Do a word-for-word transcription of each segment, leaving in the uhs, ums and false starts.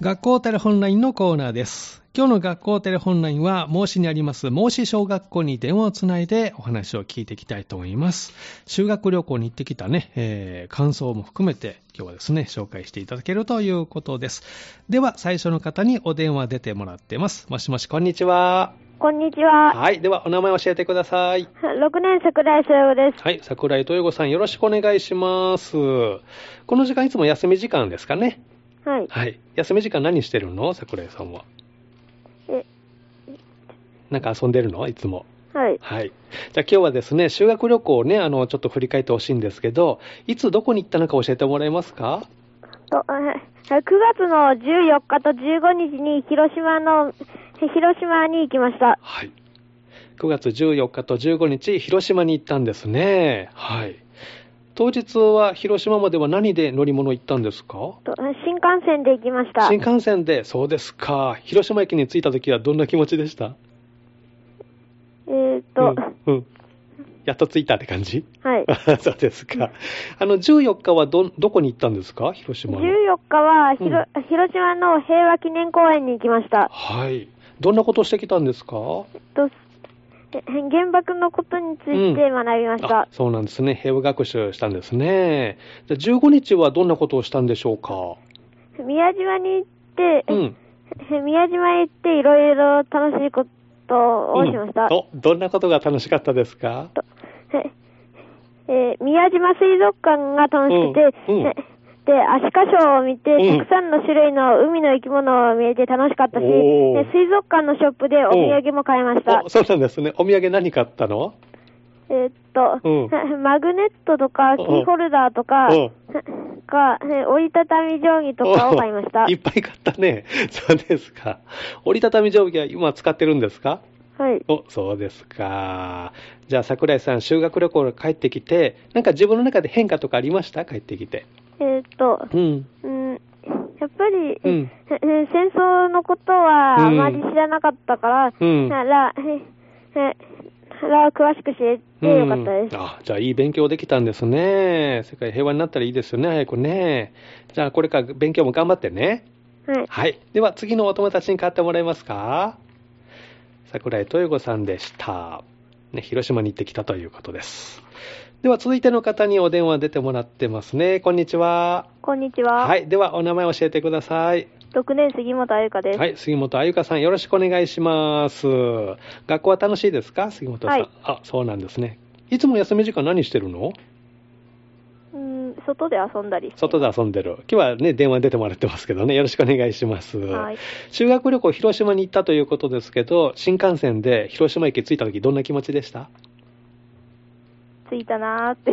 学校テレホンラインのコーナーです。今日の学校テレホンラインは、孟子にあります孟子小学校に電話をつないでお話を聞いていきたいと思います。修学旅行に行ってきたね、えー、感想も含めて今日はですね、紹介していただけるということです。では、最初の方にお電話出てもらってます。もしもし、こんにちは。 こんにちは。 はい。では、お名前教えてください。 ろくねん桜井そよです。 はい。桜井豊子さん、よろしくお願いします。この時間いつも休み時間ですかね。 はい。 はい。休み時間何してるの？桜井さんは。 え、 なんか遊んでるの？いつも。 はい。 はい。じゃあ今日はですね、修学旅行をね、あの、ちょっと振り返ってほしいんですけど、いつどこに行ったのか教えてもらえますか？ とくがつのじゅうよっかとじゅうごにちに広島の、広島に行きました。 はい。くがつじゅうよっかとじゅうごにち、広島に行ったんですね。はい。当日は広島までは何で乗り物行ったんですか？ と新幹線で行きました。 新幹線で、そうですか。広島駅に着いた時はどんな気持ちでした？ えーと、 うん、うん。やっと着いたって感じ？ はい。 そうですか。あの、じゅうよっかはど、どこに行ったんですか？広島の。 じゅうよっかはひろ、 うん、 広島の平和記念公園に行きました。 はい。どんなことしてきたんですか？ と原爆のことについて学びました。 うん、あ、そうなんですね。平和学習したんですね。じゃあじゅうごにちはどんなことをしたんでしょうか？ 宮島に行って、 うん、 宮島へ行っていろいろ楽しいことをしました。 うん、お、どんなことが楽しかったですか？ えー、宮島水族館が楽しくて、うんうん、で、アシカショーを見て、うん、たくさんの種類の海の生き物を見れて楽しかったし、で水族館のショップでお土産も買いました。 そうなんですね。お土産何買ったの？ えー、っと、うん、マグネットとかキーホルダーとか、うん、か折りたたみ定規とかを買いました。 いっぱい買ったね。そうですか。折りたたみ定規は今使ってるんですか？ はい。 お、そうですか。じゃあ桜井さん、修学旅行から帰ってきて、なんか自分の中で変化とかありました？帰ってきて。 えー、っと、うん、うん、やっぱり、うん、戦争のことはあまり知らなかったから、うん、ら、ら詳しく知れてよかったです。 うん、あ、じゃあいい勉強できたんですね。世界平和になったらいいですよね、早くね。じゃあこれから勉強も頑張ってね。 はい。 はい。では次のお友達に代わってもらえますか？桜井豊子さんでした。ね、広島に行ってきたということです。では続いての方にお電話出てもらってますね。こんにちは。 こんにちは。 はい。ではお名前教えてください。 ろくねん杉本あゆかです。 はい。杉本あゆかさん、よろしくお願いします。学校は楽しいですか？杉本さん。はい、あ、そうなんですね。いつも休み時間何してるの？ うーん、外で遊んだりして。 外で遊んでる。今日はね、電話に出てもらってますけどね、よろしくお願いします。 はい。 修学旅行、広島に行ったということですけど、新幹線で広島駅着いた時どんな気持ちでした？ 着いたなーって。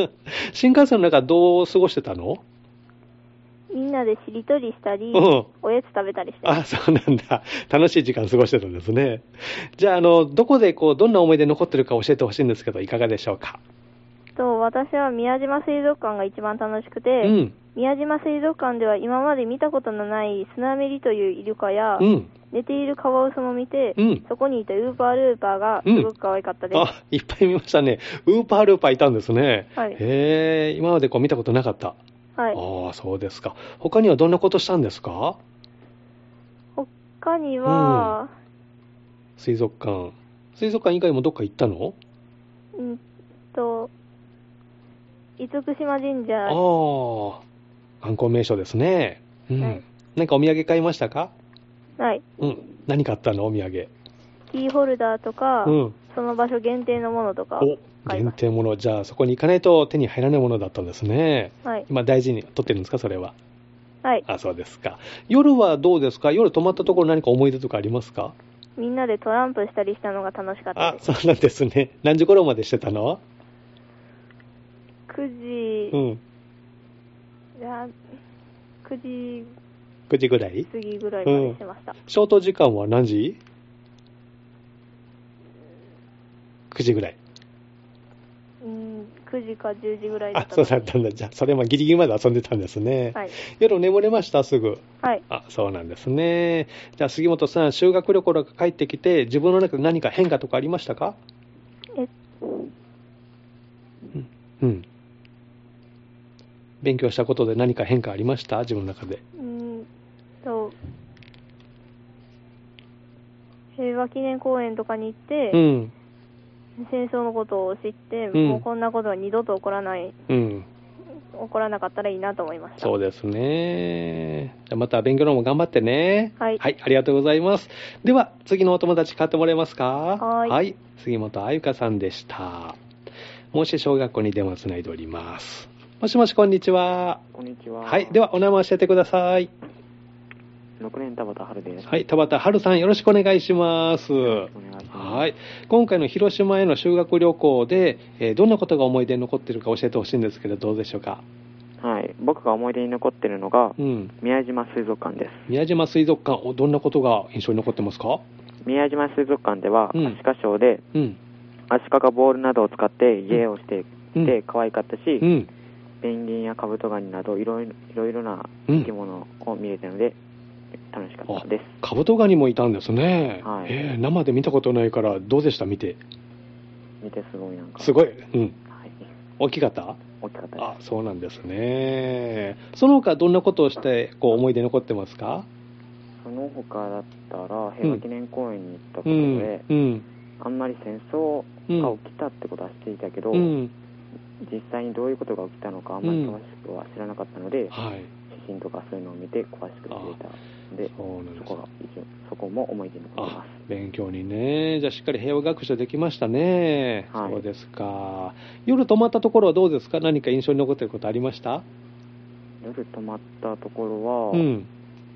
新幹線の中どう過ごしてたの？ みんなでしりとりしたり、うん、おやつ食べたりして。 あ、そうなんだ。楽しい時間過ごしてたんですね。じゃあ、あの、どこでこう、どんな思い出残ってるか教えてほしいんですけど、いかがでしょうか？ と、私は宮島水族館が一番楽しくて、うん、宮島水族館では今まで見たことのないスナメリというイルカや、うん、寝ているカワウソも見て、うん、そこにいたウーパールーパーがすごく可愛かったです。うん、 あ、いっぱい見ましたね。ウーパールーパーいたんですね。 はい。 へー、今までこう見たことなかった。 はい。 ああ、そうですか。他にはどんなことしたんですか？ 他には、 うん、水族館。水族館以外もどっか行ったの？ うんと、厳島神社。 ああ、観光名所ですね。うん。はい、なんかお土産買いましたか？ はい。 うん。何買ったの？お土産。 キーホルダーとか、うん、その場所限定のものとか。 お、限定もの。じゃあそこに行かないと手に入らないものだったんですね。 はい。 今大事に取ってるんですか、それは？ はい。 あ、そうですか。夜はどうですか？夜泊まったところ何か思い出とかありますか？ みんなでトランプしたりしたのが楽しかったです。 あ、そうなんですね。何時頃までしてたの？ くじ、うん。いや、くじ、 くじぐらい？ 過ぎぐらいまでしてました。うん、 消灯時間は何時？くじぐらい。 うん、くじかじゅうじぐらいだった。あ、そうだったんだ。じゃあ、それもギリギリまで遊んでたんですね。 はい。 夜眠れました？すぐ。 はい。 あ、そうなんですね。じゃあ、杉本さん、修学旅行から帰ってきて、自分の中で何か変化とかありましたか？ え、 うん。うん。勉強したことで何か変化ありました？自分の中で。 うん。 平和記念公園とかに行って、 うん、 戦争のことを知って、 うん、 もうこんなことは二度と起こらない、うん、起こらなかったらいいなと思いました。 そうですね。じゃあまた勉強の方も頑張ってね。 はい。 はい、ありがとうございます。では、次のお友達買ってもらえますか？ はい。 はい、杉本あゆかさんでした。もし小学校に電話つないでおります。もしもし、こんにちは。 こんにちは。 はい、ではお名前教えてください。 ろくねん田畑春です。 はい、田畑春さん、よろしくお願いします。 よろしくお願いします。 はい、今回の広島への修学旅行で、えー、どんなことが思い出に残っているか教えてほしいんですけど、どうでしょうか？ はい、僕が思い出に残っているのが、 うん、 宮島水族館です。 宮島水族館、どんなことが印象に残ってますか？ 宮島水族館では、 うん、 アシカショーで、うん、アシカがボールなどを使って芸をしていて可愛かったし、うん、ペンギンやカブトガニなどいろいろいろな生き物を見れたので、楽しかったです。 カブトガニもいたんですね。 はい、 えー、生で見たことないからどうでした？見て見てすごいなんかすごい、うん、はい、大きかった？ 大きかったです。 あ、そうなんですね。その他どんなことをしてこう思い出残ってますか？ その他だったら平和記念公園に行ったことで、 うんうん、 あんまり戦争が起きたってことは知っていたけど、うん、実際にどういうことが起きたのかあんまり詳しくは知らなかったので、うん、はい、写真とかそういうのを見て詳しく知れたので、そこが一応そこも思い出に残ります。 勉強にね。じゃあしっかり平和学習できましたね。はい、そうですか。夜泊まったところはどうですか？何か印象に残っていることありました？ 夜泊まったところは、うん、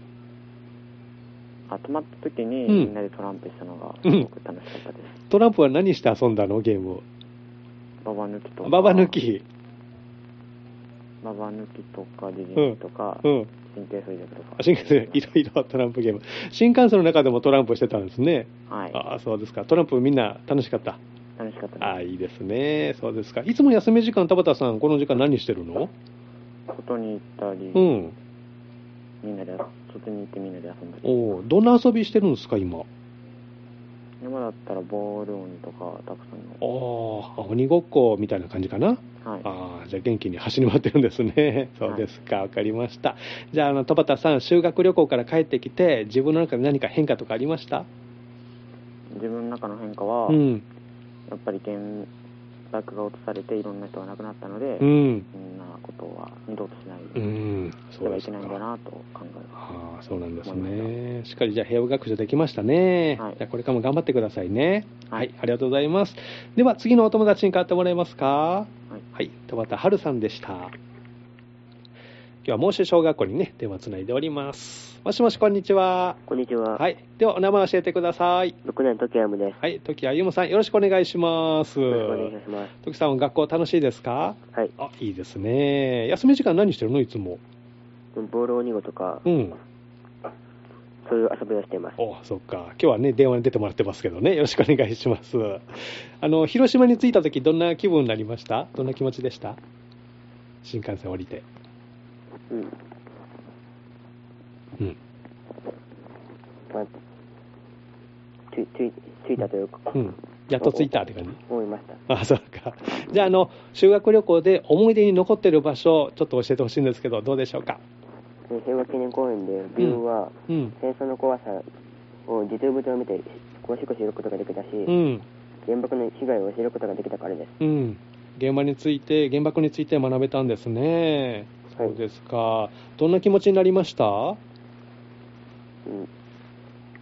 あ、泊まった時にみんなでトランプしたのがすごく楽しかったです。 うん、トランプは何して遊んだの？ゲームを。 ババ抜きとか。 ババ抜き。 ババ抜きとかディズニーとか、うんうん、神経衰弱とか。 神経衰弱、いろいろトランプゲーム。新幹線の中でもトランプしてたんですね。 はい。 ああ、そうですか。トランプみんな楽しかった？ 楽しかったです。 ああ、いいですね。そうですか。いつも休み時間、田畑さん、この時間何してるの？ 外に行ったり、うん、みんなで、外に行ってみんなで遊んだり。 おお、どんな遊びしてるんですか、今？ 今だったらボール鬼とかたくさんの。ああ、鬼ごっこみたいな感じかな。はい。ああ、じゃあ元気に走り回ってるんですね。そうですか、わかりました。じゃあ、あの、田畑さん、修学旅行から帰ってきて、自分の中で何か変化とかありました？ 自分の中の変化は、うん、やっぱり原爆が落とされていろんな人が亡くなったので、うん、そんなことは二度としないで、うん、そうはいけないんだなと考える。 ああ、そうなんですね。しっかりじゃあ平和学習できましたね。はい、じゃあこれからも頑張ってくださいね。はい、はい、ありがとうございます。では次のお友達に代わってもらえますか？はい、はい、田畑春さんでした。今日は孟子小学校にね電話つないでおります。もしもし、こんにちは。 こんにちは。 はい。ではお名前教えてください。 ろくねん時歩です。 はい、時歩さん、よろしくお願いします。 よろしくお願いします。 時さんは学校楽しいですか？ はい。 あ、いいですね。休み時間何してるの？いつも。 ボール鬼ごとか、うん、そういう遊びをしています。 お、そっか。今日はね電話に出てもらってますけどね、よろしくお願いします。あの広島に着いた時どんな気分になりました？どんな気持ちでした？新幹線降りて。うん。うん。 まあ、ついつい着いたというか。 うん。やっと着いたって感じ。 思いました。 あ、そうか。じゃああの修学旅行で思い出に残っている場所ちょっと教えてほしいんですけど、どうでしょうか？ 平和記念公園でビューは、うん、戦争の怖さを実物を見て詳しく知ることができたし、うん、原爆の被害を知ることができたからです。 うん、現場について原爆について学べたんですね。はい、そうですか。どんな気持ちになりました？うん、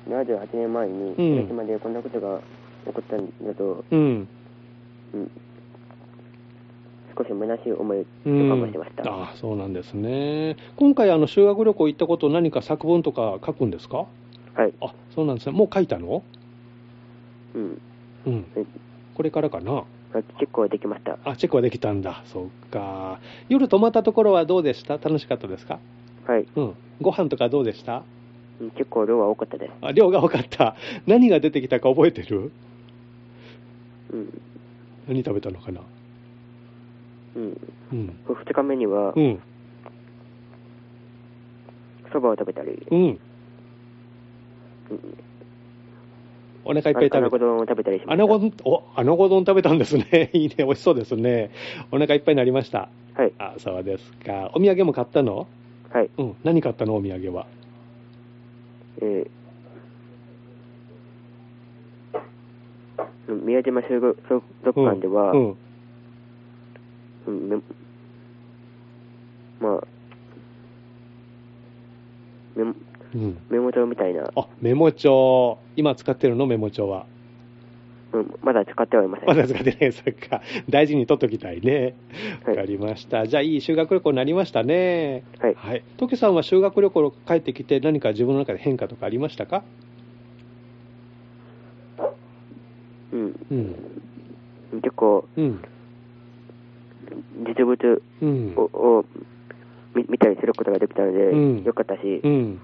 ななじゅうはちねんまえに広島でこんなことが起こったんだと、うんうん、少し虚しい思いとかもしました。 うん、ああ、そうなんですね。今回あの修学旅行行ったこと何か作文とか書くんですか？ はい。 あ、そうなんですね。もう書いたの？ うん。 うん。これからかな？ チェックはできました。 あ、チェックはできたんだ。そっか。夜泊まったところはどうでした？楽しかったですか？ はい。 うん。ご飯とかどうでした？ 結構量が多かったです。 あ、量が多かった。何が出てきたか覚えてる？うん。何食べたのかな？ うん。うん。ふつかめには、うん。そばを食べたり。うん。うん、 お腹いっぱい食べた。 穴子丼を食べたりしました。 穴子丼、お、穴子丼食べたんですね。いいね、美味しそうですね。お腹いっぱいになりました。 はい。 あ、そうですか。お土産も買ったの？ はい。 うん。何買ったの？お土産は。 え宮島水族館では、うんうん、めまあメモ、うん、メモ帳みたいな。 あ、メモ帳。今使ってるの、メモ帳は。 うん、まだ使ってはいません。 まだ使ってない、そっか。大事に取っときたいね。わ、はい、かりました。じゃあ、いい修学旅行になりましたね。 はい。はい。 トキさんは修学旅行帰ってきて何か自分の中で変化とかありましたか？ うん。うん。結構、うん、実物を、うん、を 見, 見たりすることができたので、うん、よかったし、うん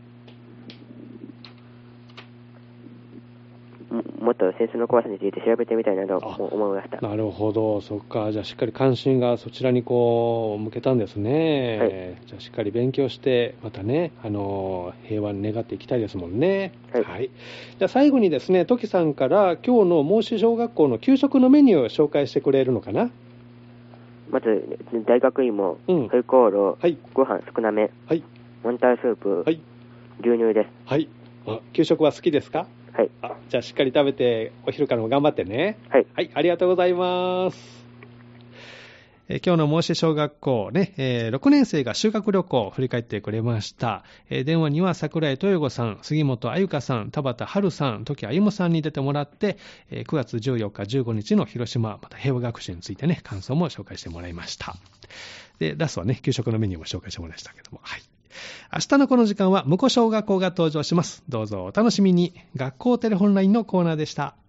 もっと戦争の怖さについて調べてみたいなと思いました。 なるほど、そっか。じゃあしっかり関心がそちらにこう向けたんですね。はい、じゃあしっかり勉強してまたね、あの平和に願っていきたいですもんね。はい。はい、じゃあ最後にですね、トキさんから今日の孟子小学校の給食のメニューを紹介してくれるのかな。 まず大学芋、ホイコーロー、はい、ご飯少なめ、はい、モンタースープ、はい、牛乳です。 はい。あ、給食は好きですか？ はい。 あ、じゃあしっかり食べてお昼からも頑張ってね。 はい。 はい、ありがとうございます。えー、今日の孟子小学校ね、えー、ろくねん生が修学旅行を振り返ってくれました。えー、電話には桜井豊子さん、杉本あゆかさん、田畑春さん、時あゆむさんに出てもらって、えー、くがつじゅうよっか、じゅうごにちの広島、また平和学習についてね、感想も紹介してもらいました。で、ラストはね、給食のメニューも紹介してもらいましたけども、はい。明日のこの時間は、婿小学校が登場します。どうぞお楽しみに。学校テレホンラインのコーナーでした。